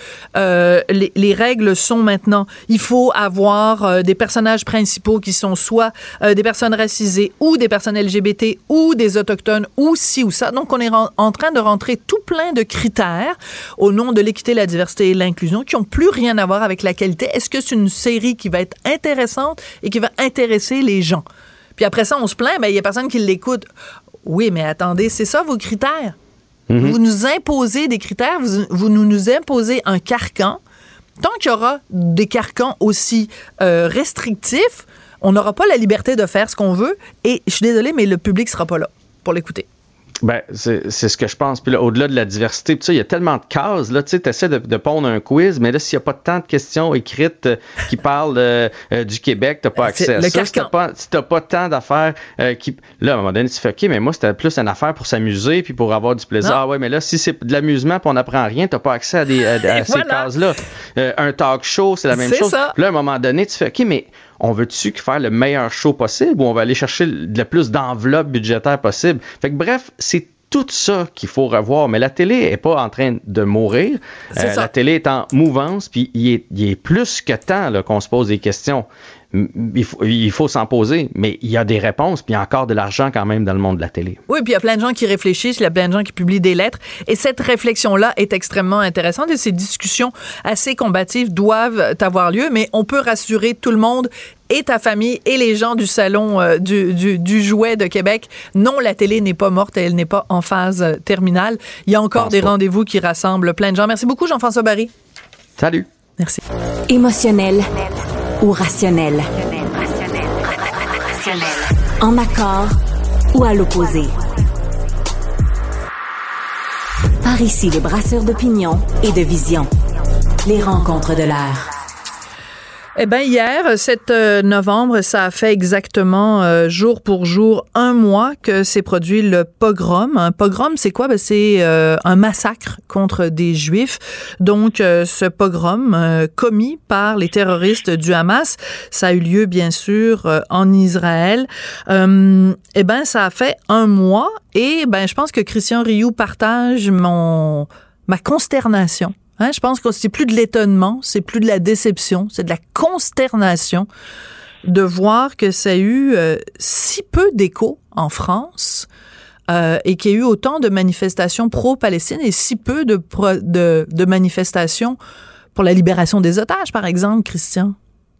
les règles sont maintenant, il faut avoir des personnages principaux qui sont soit des personnes racisées ou des personnes LGBT ou des autochtones ou ci ou ça. Donc, on est en train de rentrer tout plein de critères au nom de l'équité, la diversité et l'inclusion qui n'ont plus rien à voir avec la qualité. Est-ce que c'est une série qui va être intéressante et qui va intéresser les gens? Puis après ça, on se plaint, mais il n'y a personne qui l'écoute. Oui, mais attendez, c'est ça vos critères. Mm-hmm. Vous nous imposez des critères, vous nous imposez un carcan. Tant qu'il y aura des carcans aussi restrictifs, on n'aura pas la liberté de faire ce qu'on veut et je suis désolée, mais le public ne sera pas là pour l'écouter. Ben, c'est ce que je pense. Puis là, au-delà de la diversité, puis ça, il y a tellement de cases. Là, tu sais, t'essaies de pondre un quiz, mais là, s'il n'y a pas tant de questions écrites qui parlent du Québec, t'as pas accès à ça. Si t'as pas tant d'affaires là, à un moment donné, tu fais OK, mais moi, c'était plus une affaire pour s'amuser puis pour avoir du plaisir. Ah ouais, mais là, si c'est de l'amusement puis on n'apprend rien, t'as pas accès à ces cases-là. Un talk show, c'est la même chose. Puis là, à un moment donné, tu fais OK, mais on veut-tu faire le meilleur show possible ou on va aller chercher le plus d'enveloppe budgétaire possible? Fait que bref, c'est tout ça qu'il faut revoir. Mais la télé est pas en train de mourir. La télé est en mouvance, puis il est plus que temps là, qu'on se pose des questions. Il faut s'en poser, mais il y a des réponses, puis il y a encore de l'argent quand même dans le monde de la télé. Oui, puis il y a plein de gens qui réfléchissent, il y a plein de gens qui publient des lettres, et cette réflexion-là est extrêmement intéressante, et ces discussions assez combatives doivent avoir lieu, mais on peut rassurer tout le monde, et ta famille, et les gens du salon du jouet de Québec. Non, la télé n'est pas morte, elle n'est pas en phase terminale. Il y a encore des rendez-vous qui rassemblent plein de gens. Merci beaucoup, Jean-François Barry. Salut. Merci. Émotionnel ou rationnel? En accord ou à l'opposé? Par ici, les brasseurs d'opinion et de vision. Les rencontres de l'heure. Eh bien, hier, 7 novembre, ça a fait exactement jour pour jour 1 mois que s'est produit le pogrom. Un pogrom, c'est quoi? Ben, c'est un massacre contre des Juifs. Donc, ce pogrom commis par les terroristes du Hamas, ça a eu lieu, bien sûr, en Israël. Eh bien, ça a fait 1 mois et ben, je pense que Christian Rioux partage ma consternation. Hein, je pense que c'est plus de l'étonnement, c'est plus de la déception, c'est de la consternation de voir que ça a eu si peu d'écho en France et qu'il y a eu autant de manifestations pro-Palestine et si peu de manifestations pour la libération des otages, par exemple, Christian.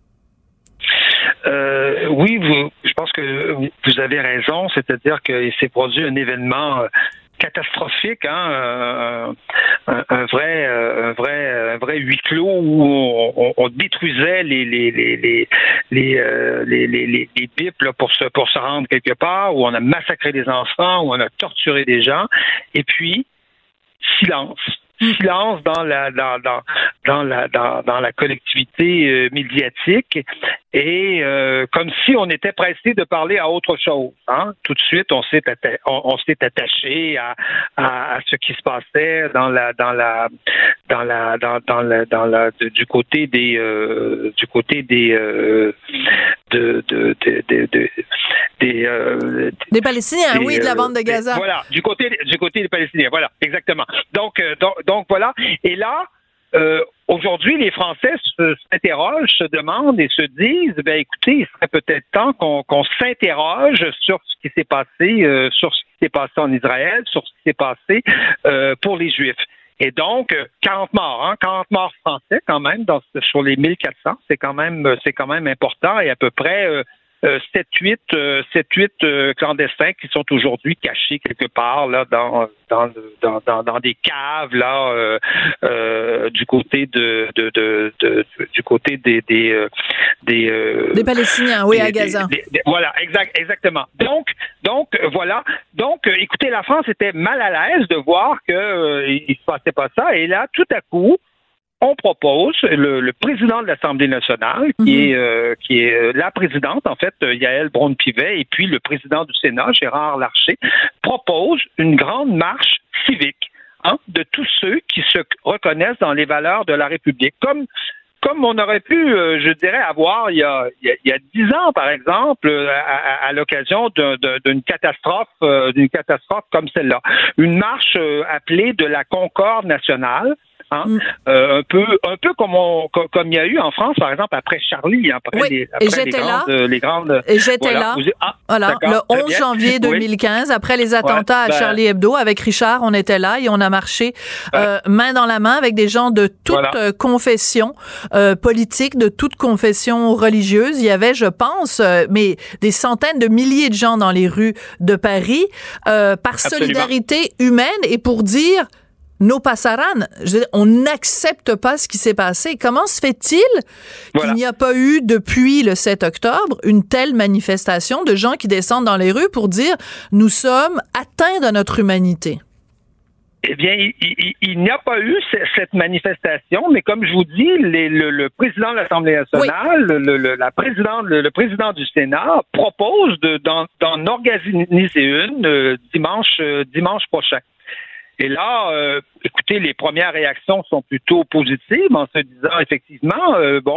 Oui, je pense que vous avez raison, c'est-à-dire qu'il s'est produit un événement catastrophique, hein, un vrai huis clos où on détruisait les bips là, pour se rendre quelque part, où on a massacré des enfants, où on a torturé des gens, et puis silence dans la collectivité médiatique et comme si on était pressé de parler à autre chose. Hein? Tout de suite, on s'est attaché à ce qui se passait du côté des Palestiniens, oui, de la bande de Gaza. Voilà, du côté des Palestiniens, voilà, exactement. Donc voilà. Et là, aujourd'hui, les Français s'interrogent, se demandent et se disent, ben écoutez, il serait peut-être temps qu'on s'interroge sur ce qui s'est passé, en Israël, sur ce qui s'est passé pour les Juifs. Et donc, 40 morts, 40 morts français quand même sur les 1400, c'est quand même important et à peu près 7-8 clandestins qui sont aujourd'hui cachés quelque part là dans des caves là du côté du côté des Palestiniens, oui, à Gaza. Voilà, exactement. Donc voilà. Donc écoutez, la France était mal à l'aise de voir que il se passait pas ça et là tout à coup on propose, le président de l'Assemblée nationale, qui est la présidente, en fait, Yaël Braun-Pivet, et puis le président du Sénat, Gérard Larcher, propose une grande marche civique de tous ceux qui se reconnaissent dans les valeurs de la République. Comme on aurait pu, je dirais, avoir il y a 10 ans, par exemple, à l'occasion d'une catastrophe comme celle-là. Une marche appelée de la Concorde nationale. Un peu comme il y a eu en France, par exemple, après Charlie, les grandes. Et j'étais là. Voilà, le 11 janvier 2015, après les attentats à Charlie Hebdo, avec Richard, on était là et on a marché main dans la main avec des gens de toute confession politique, de toute confession religieuse. Il y avait, je pense, mais des centaines de milliers de gens dans les rues de Paris par solidarité humaine et pour dire no pasarán. On n'accepte pas ce qui s'est passé. Comment se fait-il qu'il n'y a pas eu, depuis le 7 octobre, une telle manifestation de gens qui descendent dans les rues pour dire « Nous sommes atteints de notre humanité ». Eh bien, il n'y a pas eu cette manifestation, mais comme je vous dis, le président de l'Assemblée nationale, le président du Sénat propose d'en organiser une dimanche prochain. Et là, écoutez, les premières réactions sont plutôt positives en se disant effectivement,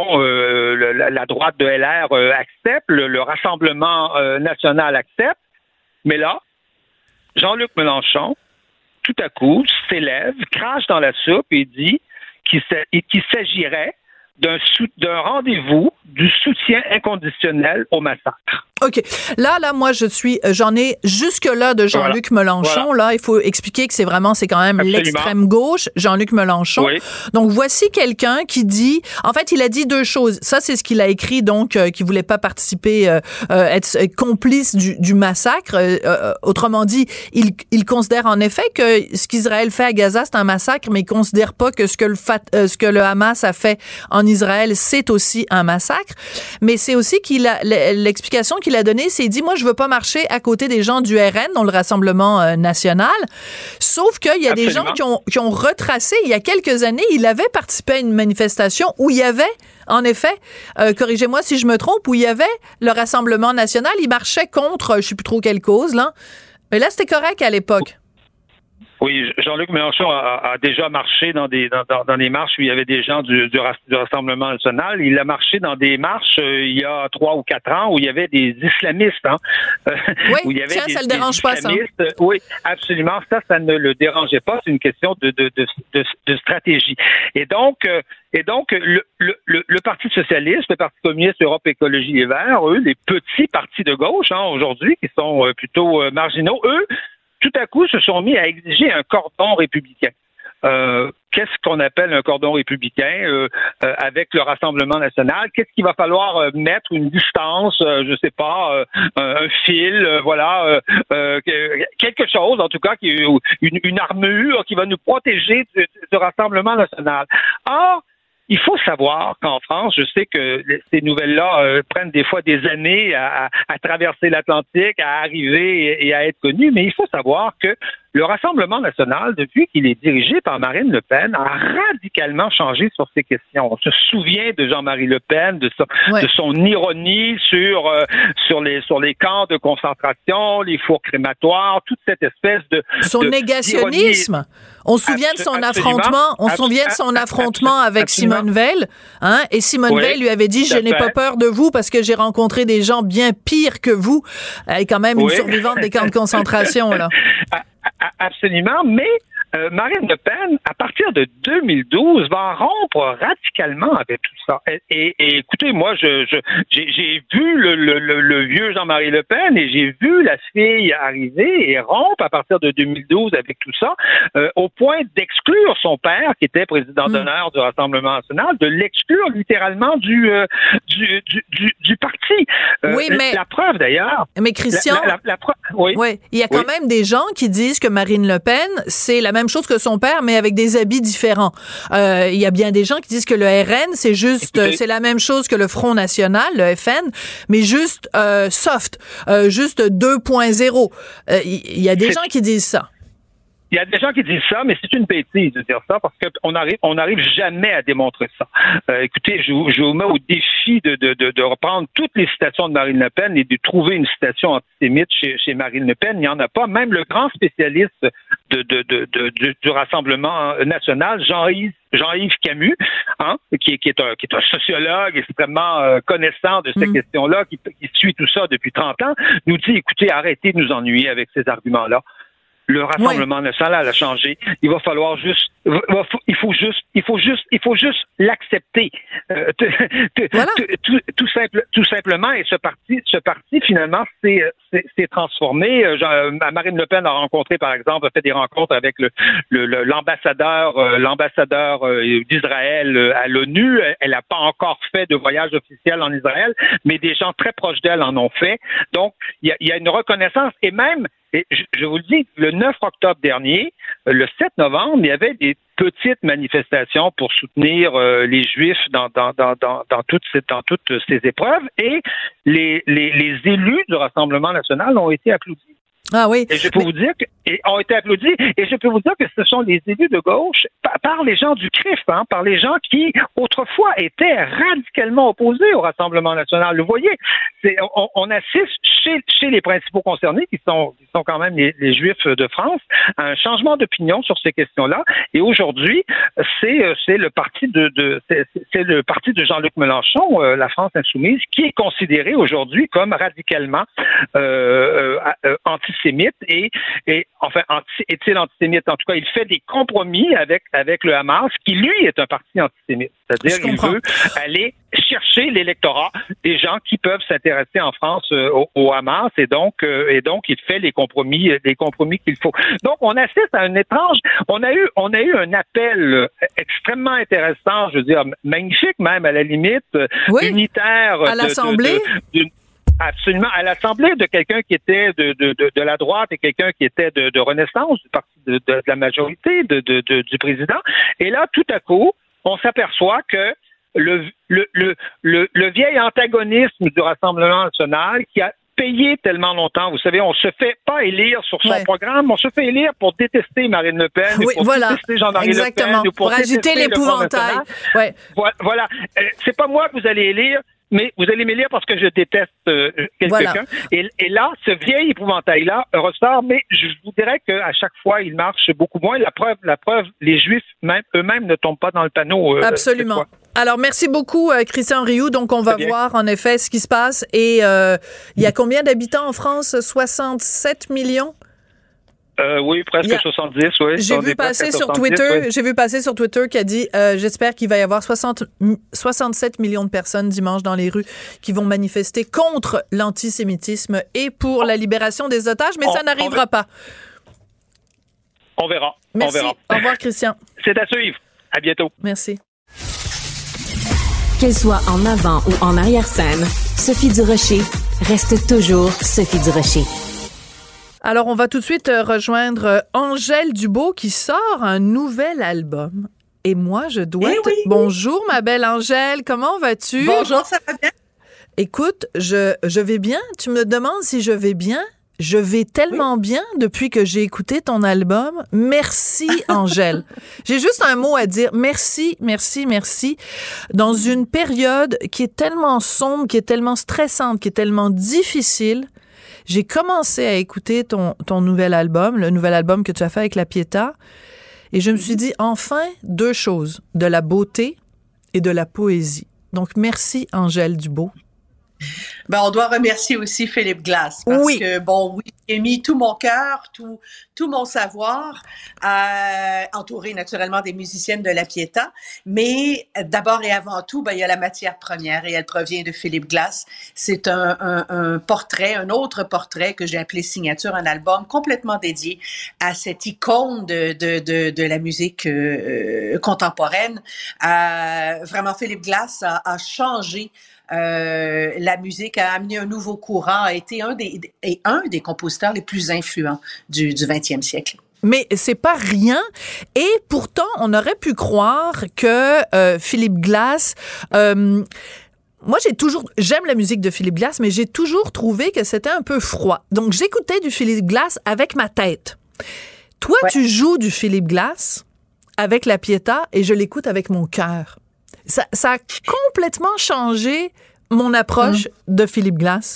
la droite de LR accepte, le Rassemblement national accepte, mais là, Jean-Luc Mélenchon, tout à coup, s'élève, crache dans la soupe et dit qu'il s'agirait d'un rendez-vous du soutien inconditionnel au massacre. OK. Là, moi, j'en ai jusque-là de Jean-Luc Mélenchon. Voilà. Là, il faut expliquer que c'est quand même Absolument. L'extrême gauche, Jean-Luc Mélenchon. Oui. Donc, voici quelqu'un qui dit, en fait, il a dit deux choses. Ça, c'est ce qu'il a écrit, donc, qui voulait pas participer, être complice du massacre. Autrement dit, il considère en effet que ce qu'Israël fait à Gaza, c'est un massacre, mais il considère pas que ce que le Hamas a fait en Israël, c'est aussi un massacre. Mais c'est aussi l'explication qu'il a donnée, c'est dit, moi, je veux pas marcher à côté des gens du RN, dont le Rassemblement national. Sauf qu'il y a Absolument. des gens qui ont retracé, il y a quelques années, il avait participé à une manifestation où il y avait, en effet, corrigez-moi si je me trompe, où il y avait le Rassemblement national, il marchait contre, je sais plus trop quelle cause, là. Mais là, c'était correct à l'époque. Oui, Jean-Luc Mélenchon a déjà marché dans des marches où il y avait des gens du Rassemblement national. Il a marché dans des marches il y a 3 ou 4 ans où il y avait des islamistes. Oui, où il y avait ça le dérange pas, ça. Oui, absolument. Ça ne le dérangeait pas. C'est une question de stratégie. Et donc, le Parti socialiste, le Parti communiste, Europe Écologie Les Verts, eux, les petits partis de gauche aujourd'hui, qui sont plutôt marginaux, eux, tout à coup, se sont mis à exiger un cordon républicain. Qu'est-ce qu'on appelle un cordon républicain avec le Rassemblement national? Qu'est-ce qu'il va falloir mettre? Une distance, je sais pas, un fil, quelque chose, en tout cas, une armure qui va nous protéger du Rassemblement national. Or, il faut savoir qu'en France, je sais que ces nouvelles-là prennent des fois des années à traverser l'Atlantique, à arriver et à être connues, mais il faut savoir que le Rassemblement national, depuis qu'il est dirigé par Marine Le Pen, a radicalement changé sur ces questions. On se souvient de Jean-Marie Le Pen, de son ironie sur les camps de concentration, les fours crématoires, toute cette espèce de son négationnisme. On se souvient de son affrontement. On se souvient de son affrontement avec Simone Veil, hein. Et Simone Veil lui avait dit: "Je n'ai pas peur de vous parce que j'ai rencontré des gens bien pires que vous." Elle est quand même une survivante des camps de concentration, là. Absolument, mais Marine Le Pen, à partir de 2012, va rompre radicalement avec tout ça. Et écoutez, moi, j'ai vu le vieux Jean-Marie Le Pen et j'ai vu la fille arriver et rompre à partir de 2012 avec tout ça, au point d'exclure son père, qui était président d'honneur du Rassemblement national, de l'exclure littéralement du parti. Oui, mais la preuve d'ailleurs. Mais Christian, oui, il y a quand même des gens qui disent que Marine Le Pen, c'est la même chose que son père, mais avec des habits différents. Il y a bien des gens qui disent que le RN, c'est juste, c'est la même chose que le Front National, le FN, mais juste soft, juste 2.0. Il y a des gens qui disent ça. Il y a des gens qui disent ça, mais c'est une bêtise de dire ça parce qu'on n'arrive jamais à démontrer ça. Écoutez, je vous mets au défi de reprendre toutes les citations de Marine Le Pen et de trouver une citation antisémite chez Marine Le Pen. Il n'y en a pas. Même le grand spécialiste du Rassemblement national, Jean-Yves Camus, qui est un sociologue extrêmement connaissant de ces questions-là, qui suit tout ça depuis 30 ans, nous dit: écoutez, arrêtez de nous ennuyer avec ces arguments-là. Le Rassemblement national a changé. Il va falloir il faut juste l'accepter. Tout simplement. Et ce parti finalement s'est transformé. Marine Le Pen a rencontré, par exemple, a fait des rencontres avec l'ambassadeur d'Israël à l'ONU. Elle n'a pas encore fait de voyage officiel en Israël, mais des gens très proches d'elle en ont fait. Donc, il y a une reconnaissance et même Et je vous le dis, le 9 octobre dernier, le 7 novembre, il y avait des petites manifestations pour soutenir les Juifs dans toutes ces épreuves, et les élus du Rassemblement national ont été applaudis. Ah oui. Et je peux vous dire ont été applaudis, et je peux vous dire que ce sont les élus de gauche, par les gens du CRIF, par les gens qui autrefois étaient radicalement opposés au Rassemblement national. Vous voyez, on assiste chez les principaux concernés, qui sont quand même les Juifs de France, à un changement d'opinion sur ces questions-là. Et aujourd'hui, c'est le parti de Jean-Luc Mélenchon, la France insoumise, qui est considéré aujourd'hui comme radicalement antisémite et enfin, est-il antisémite? En tout cas, il fait des compromis avec le Hamas, qui lui est un parti antisémite. C'est-à-dire qu'il veut aller chercher l'électorat des gens qui peuvent s'intéresser en France au Hamas, et donc il fait les compromis qu'il faut. Donc on assiste à un étrange. On a eu un appel extrêmement intéressant, je veux dire magnifique même à la limite, unitaire à l'Assemblée. Absolument, à l'Assemblée, de quelqu'un qui était de la droite et quelqu'un qui était de Renaissance, du parti de la majorité, du président. Et là, tout à coup, on s'aperçoit que le vieil antagonisme du Rassemblement national, qui a payé tellement longtemps, vous savez, on se fait pas élire sur son programme, on se fait élire pour détester Marine Le Pen, pour détester Jean-Marie Le Pen, ou pour agiter l'épouvantail. Voilà. C'est pas moi que vous allez élire, mais vous allez m'élire parce que je déteste quelqu'un. Voilà. Et là, ce vieil épouvantail-là ressort, mais je vous dirais qu'à chaque fois, il marche beaucoup moins. La preuve, les Juifs eux-mêmes ne tombent pas dans le panneau. Absolument. Alors, merci beaucoup, Christian Rioux. Donc, on va voir, en effet, ce qui se passe. Et il y a combien d'habitants en France? 67 millions? Oui, presque 70, oui. J'ai vu passer sur Twitter qui a dit j'espère qu'il va y avoir 67 millions de personnes dimanche dans les rues qui vont manifester contre l'antisémitisme et pour la libération des otages, mais ça n'arrivera pas. On verra. Merci. On verra. Au revoir, Christian. C'est à suivre. À bientôt. Merci. Qu'elle soit en avant ou en arrière-scène, Sophie Durocher reste toujours Sophie Durocher. Alors, on va tout de suite rejoindre Angèle Dubeau qui sort un nouvel album. Et moi, je dois... Bonjour, ma belle Angèle, comment vas-tu? Bonjour, ça va bien? Écoute, je vais bien. Tu me demandes si je vais bien? Je vais tellement bien depuis que j'ai écouté ton album. Merci, Angèle. J'ai juste un mot à dire. Merci, merci, merci. Dans une période qui est tellement sombre, qui est tellement stressante, qui est tellement difficile, j'ai commencé à écouter ton nouvel album, le nouvel album que tu as fait avec La Pietà, et je me suis dit, enfin, deux choses, de la beauté et de la poésie. Donc, merci, Angèle Dubeau. Ben, on doit remercier aussi Philippe Glass parce que, j'ai mis tout mon cœur, tout mon savoir, entouré naturellement des musiciennes de La Pietà, mais d'abord et avant tout, il y a la matière première et elle provient de Philippe Glass. C'est un portrait, un autre portrait que j'ai appelé Signature, un album complètement dédié à cette icône de la musique contemporaine. Vraiment, Philippe Glass a changé la musique, a amené un nouveau courant, a été un des compositeurs les plus influents du 20e siècle. Mais c'est pas rien. Et pourtant, on aurait pu croire que Philippe Glass... moi, j'aime la musique de Philippe Glass, mais j'ai toujours trouvé que c'était un peu froid. Donc, j'écoutais du Philippe Glass avec ma tête. Toi, tu joues du Philippe Glass avec La Pietà et je l'écoute avec mon cœur. Ça a complètement changé mon approche de Philippe Glass.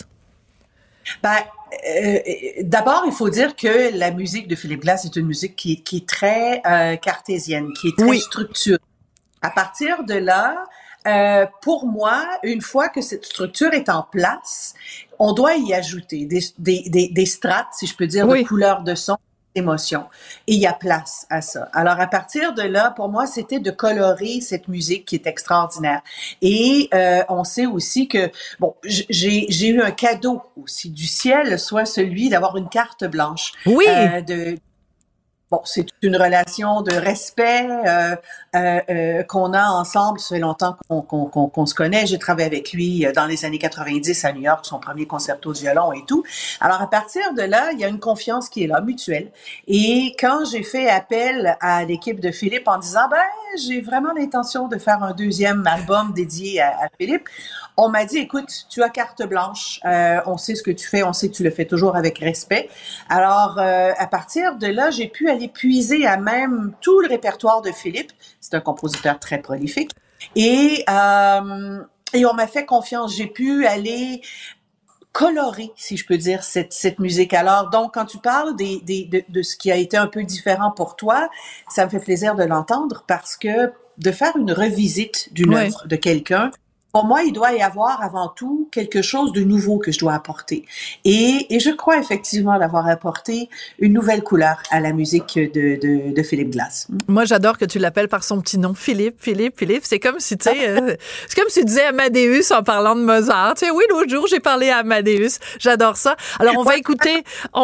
D'abord, il faut dire que la musique de Philippe Glass est une musique qui est très cartésienne, qui est très structurée. À partir de là, pour moi, une fois que cette structure est en place, on doit y ajouter des strates, si je peux dire, de couleurs de son, d'émotions. Et il y a place à ça. Alors, à partir de là, pour moi, c'était de colorer cette musique qui est extraordinaire. Et on sait aussi que, j'ai eu un cadeau aussi du ciel, soit celui d'avoir une carte blanche. Bon, c'est une relation de respect qu'on a ensemble. Ça fait longtemps qu'on se connaît. J'ai travaillé avec lui dans les années 90 à New York, son premier concerto de violon et tout. Alors, à partir de là, il y a une confiance qui est là, mutuelle. Et quand j'ai fait appel à l'équipe de Philippe en disant, j'ai vraiment l'intention de faire un deuxième album dédié à Philippe, on m'a dit, écoute, tu as carte blanche, on sait ce que tu fais, on sait que tu le fais toujours avec respect. Alors, à partir de là, j'ai pu aller puiser à même tout le répertoire de Philippe. C'est un compositeur très prolifique. Et on m'a fait confiance. J'ai pu aller colorer, si je peux dire, cette musique. Alors, donc, quand tu parles de ce qui a été un peu différent pour toi, ça me fait plaisir de l'entendre parce que de faire une revisite d'une œuvre de quelqu'un, pour moi, il doit y avoir avant tout quelque chose de nouveau que je dois apporter. Et je crois effectivement d'avoir apporté une nouvelle couleur à la musique de Philippe Glass. Moi, j'adore que tu l'appelles par son petit nom, Philippe. C'est comme si, tu sais, c'est comme si tu disais Amadeus en parlant de Mozart. Tu sais, oui, l'autre jour, j'ai parlé à Amadeus. J'adore ça. Alors, on va écouter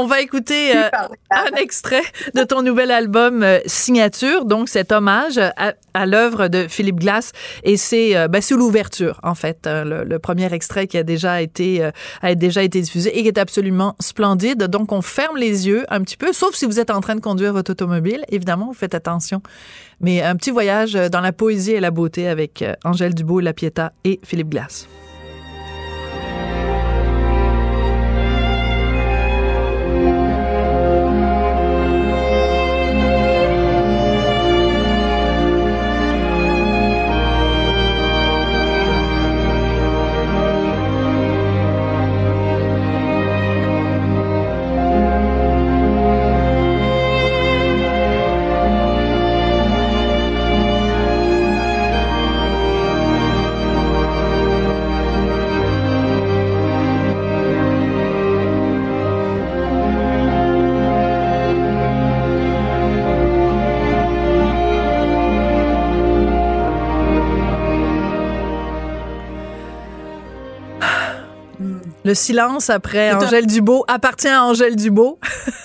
un extrait de ton nouvel album Signature, donc cet hommage à l'œuvre de Philippe Glass. Et c'est sous l'ouverture, en fait, le premier extrait qui a déjà été diffusé et qui est absolument splendide. Donc, on ferme les yeux un petit peu, sauf si vous êtes en train de conduire votre automobile. Évidemment, vous faites attention. Mais un petit voyage dans la poésie et la beauté avec Angèle Dubeau, La Pietà et Philippe Glass. Le silence après Angèle Dubeau appartient à Angèle Dubeau.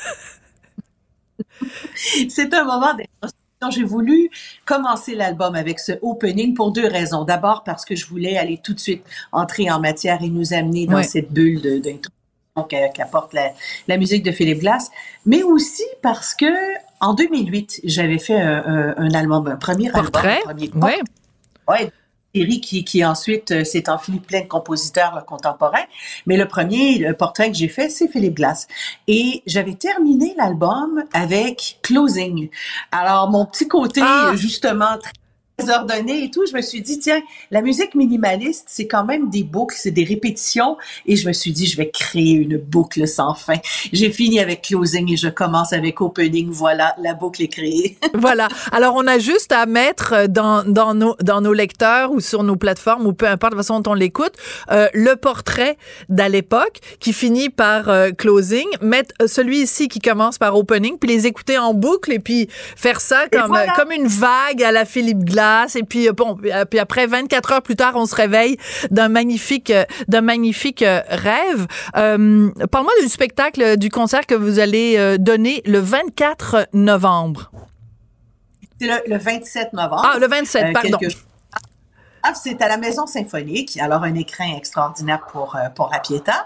C'est un moment d'introspection. J'ai voulu commencer l'album avec ce opening pour deux raisons. D'abord parce que je voulais aller tout de suite entrer en matière et nous amener dans cette bulle d'introspection qu'apporte la musique de Philippe Glass, mais aussi parce que en 2008, j'avais fait un album, un premier portrait. Album. Ouais. Série qui ensuite s'est enfilée plein de compositeurs contemporains. Mais le premier portrait que j'ai fait, c'est Philippe Glass. Et j'avais terminé l'album avec Closing. Alors, mon petit côté, justement, très ordonné et tout, je me suis dit, tiens, la musique minimaliste, c'est quand même des boucles, c'est des répétitions. Et je me suis dit, je vais créer une boucle sans fin. J'ai fini avec Closing et je commence avec Opening. Voilà, la boucle est créée. Voilà. Alors, on a juste à mettre dans nos lecteurs ou sur nos plateformes ou peu importe la façon dont on l'écoute, le portrait d'à l'époque qui finit par Closing, mettre celui ici qui commence par Opening, puis les écouter en boucle et puis faire ça comme une vague à la Philippe Glass. Et puis puis après 24 heures plus tard, on se réveille d'un magnifique rêve. Parle-moi du spectacle, du concert que vous allez donner le 24 novembre. C'est le 27 novembre. Ah, le 27, pardon. C'est à la Maison Symphonique, alors un écrin extraordinaire pour La Pietà.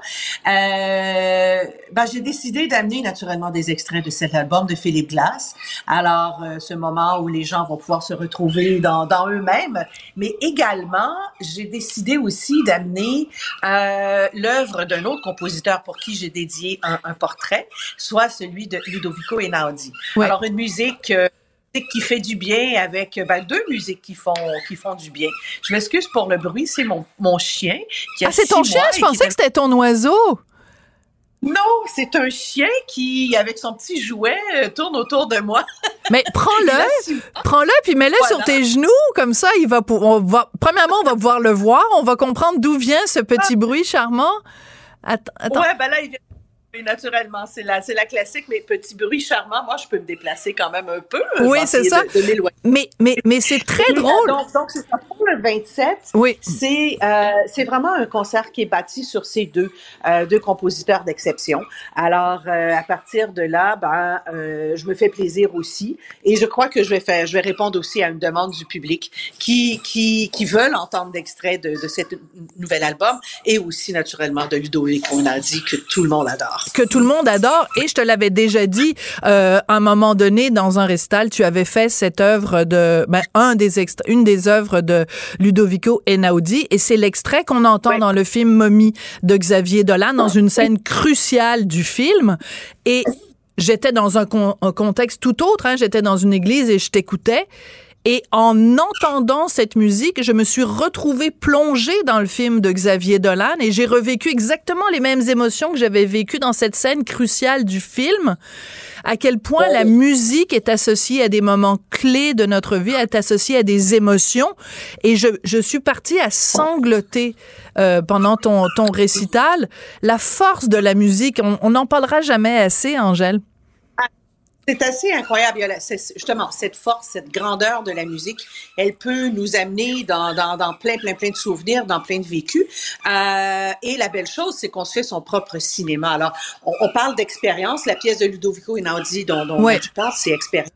J'ai décidé d'amener naturellement des extraits de cet album de Philippe Glass. Alors, ce moment où les gens vont pouvoir se retrouver dans eux-mêmes, mais également, j'ai décidé aussi d'amener l'œuvre d'un autre compositeur pour qui j'ai dédié un portrait, soit celui de Ludovico Einaudi. Ouais. Alors, une musique qui fait du bien avec deux musiques qui font du bien. Je m'excuse pour le bruit, c'est mon chien qui a 6 mois. C'est ton chien? Je pensais que c'était ton oiseau. Non, c'est un chien qui, avec son petit jouet, tourne autour de moi. Mais prends-le puis mets-le sur tes genoux, comme ça, premièrement, on va pouvoir le voir, on va comprendre d'où vient ce petit bruit charmant. Attends. Ouais, là, il vient. Et naturellement, c'est la classique, mais petit bruit charmant. Moi, je peux me déplacer quand même un peu. Oui, c'est ça. Mais c'est très drôle. Donc, c'est ça. Pour le 27, oui. C'est vraiment un concert qui est bâti sur ces deux compositeurs d'exception. Alors, à partir de là, je me fais plaisir aussi. Et je crois que je vais répondre aussi à une demande du public qui veulent entendre d'extraits de cet nouvel album et aussi, naturellement, de Ludovico Einaudi que tout le monde adore. Que tout le monde adore. Et je te l'avais déjà dit, à un moment donné, dans un récital, tu avais fait cette œuvre une des œuvres de Ludovico Einaudi, et c'est l'extrait qu'on entend dans le film Momie de Xavier Dolan, dans une scène cruciale du film. Et j'étais dans un contexte tout autre, hein. J'étais dans une église et je t'écoutais. Et en entendant cette musique, je me suis retrouvée plongée dans le film de Xavier Dolan et j'ai revécu exactement les mêmes émotions que j'avais vécues dans cette scène cruciale du film. À quel point la musique est associée à des moments clés de notre vie, est associée à des émotions. Et je suis partie à sangloter pendant ton récital. La force de la musique, on n'en parlera jamais assez, Angèle. C'est assez incroyable. Il y a justement cette force, cette grandeur de la musique. Elle peut nous amener dans plein de souvenirs, dans plein de vécus. Et la belle chose, c'est qu'on se fait son propre cinéma. Alors, on parle d'expérience. La pièce de Ludovico Einaudi dont tu parles, c'est expérience.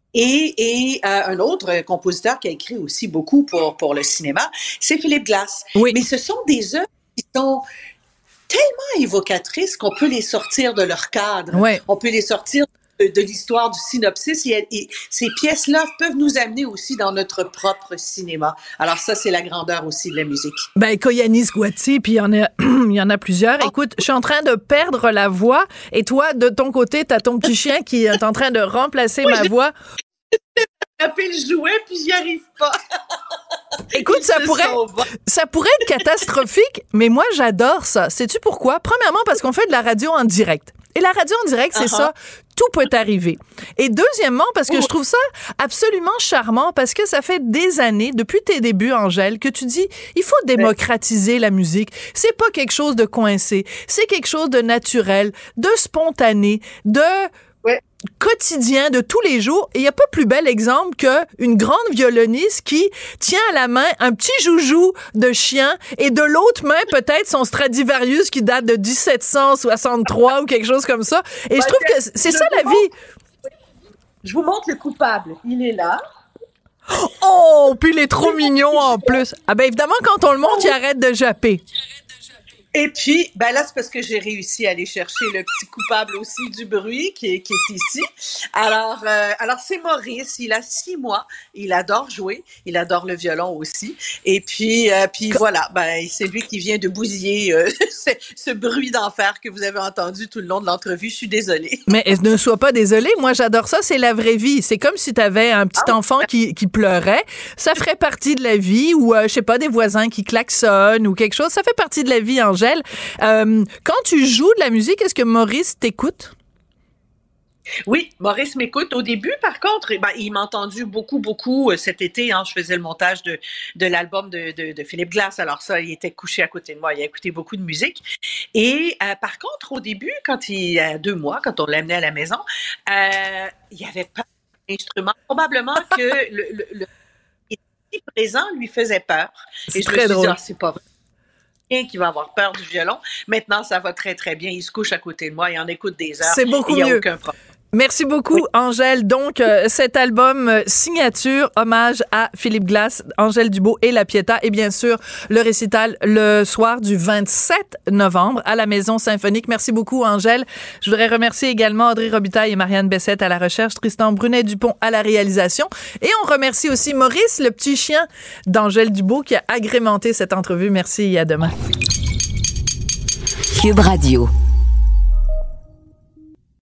Et un autre compositeur qui a écrit aussi beaucoup pour le cinéma, c'est Philippe Glass. Oui. Mais ce sont des œuvres qui sont tellement évocatrices qu'on peut les sortir de leur cadre. Ouais. On peut les sortir de l'histoire, du synopsis, et ces pièces-là peuvent nous amener aussi dans notre propre cinéma. Alors ça, c'est la grandeur aussi de la musique. Koyanis Guati, puis il y en a plusieurs. Écoute, je suis en train de perdre la voix, et toi, de ton côté, t'as ton petit chien qui est en train de remplacer ma voix. J'ai tapé le jouet, puis j'y arrive pas. Écoute, ça pourrait être catastrophique, mais moi, j'adore ça. Sais-tu pourquoi? Premièrement, parce qu'on fait de la radio en direct. Et la radio en direct, c'est ça. Tout peut arriver. Et deuxièmement, parce que je trouve ça absolument charmant, parce que ça fait des années, depuis tes débuts, Angèle, que tu dis, il faut démocratiser la musique. C'est pas quelque chose de coincé. C'est quelque chose de naturel, de spontané, de quotidien, de tous les jours. Et il n'y a pas plus bel exemple qu'une grande violoniste qui tient à la main un petit joujou de chien et de l'autre main, peut-être, son Stradivarius qui date de 1763 ou quelque chose comme ça. Et je trouve que c'est ça la vie. Je vous montre le coupable. Il est là. Oh, puis il est trop mignon en plus. Ah ben évidemment, quand on le montre, il arrête de japper. Et puis, là, c'est parce que j'ai réussi à aller chercher le petit coupable aussi du bruit qui est ici. Alors, c'est Maurice. Il a 6 mois. Il adore jouer. Il adore le violon aussi. Et puis voilà. C'est lui qui vient de bousiller ce bruit d'enfer que vous avez entendu tout le long de l'entrevue. Je suis désolée. Mais ne sois pas désolée. Moi, j'adore ça. C'est la vraie vie. C'est comme si tu avais un petit enfant qui pleurait. Ça ferait partie de la vie, ou, je sais pas, des voisins qui klaxonnent ou quelque chose. Ça fait partie de la vie, Angèle. Quand tu joues de la musique, est-ce que Maurice t'écoute? Oui, Maurice m'écoute. Au début, par contre, il m'a entendu beaucoup cet été. Je faisais le montage de l'album de Philippe Glass. Alors ça, il était couché à côté de moi. Il a écouté beaucoup de musique. Et par contre, au début, quand il y a 2 mois, quand on l'amenait à la maison, il n'y avait pas d'instrument. Probablement que le présent lui faisait peur. Et je me suis dit, c'est pas vrai. Qui va avoir peur du violon. Maintenant, ça va très, très bien. Il se couche à côté de moi. Il en écoute des heures. C'est beaucoup mieux. Il n'y a aucun problème. Merci beaucoup, Angèle. Donc, cet album signature, hommage à Philippe Glass, Angèle Dubeau et La Pietà, et bien sûr, le récital le soir du 27 novembre à la Maison Symphonique. Merci beaucoup, Angèle. Je voudrais remercier également Audrey Robitaille et Marianne Bessette à la recherche, Tristan Brunet-Dupont à la réalisation. Et on remercie aussi Maurice, le petit chien d'Angèle Dubeau, qui a agrémenté cette entrevue. Merci et à demain. Cube Radio.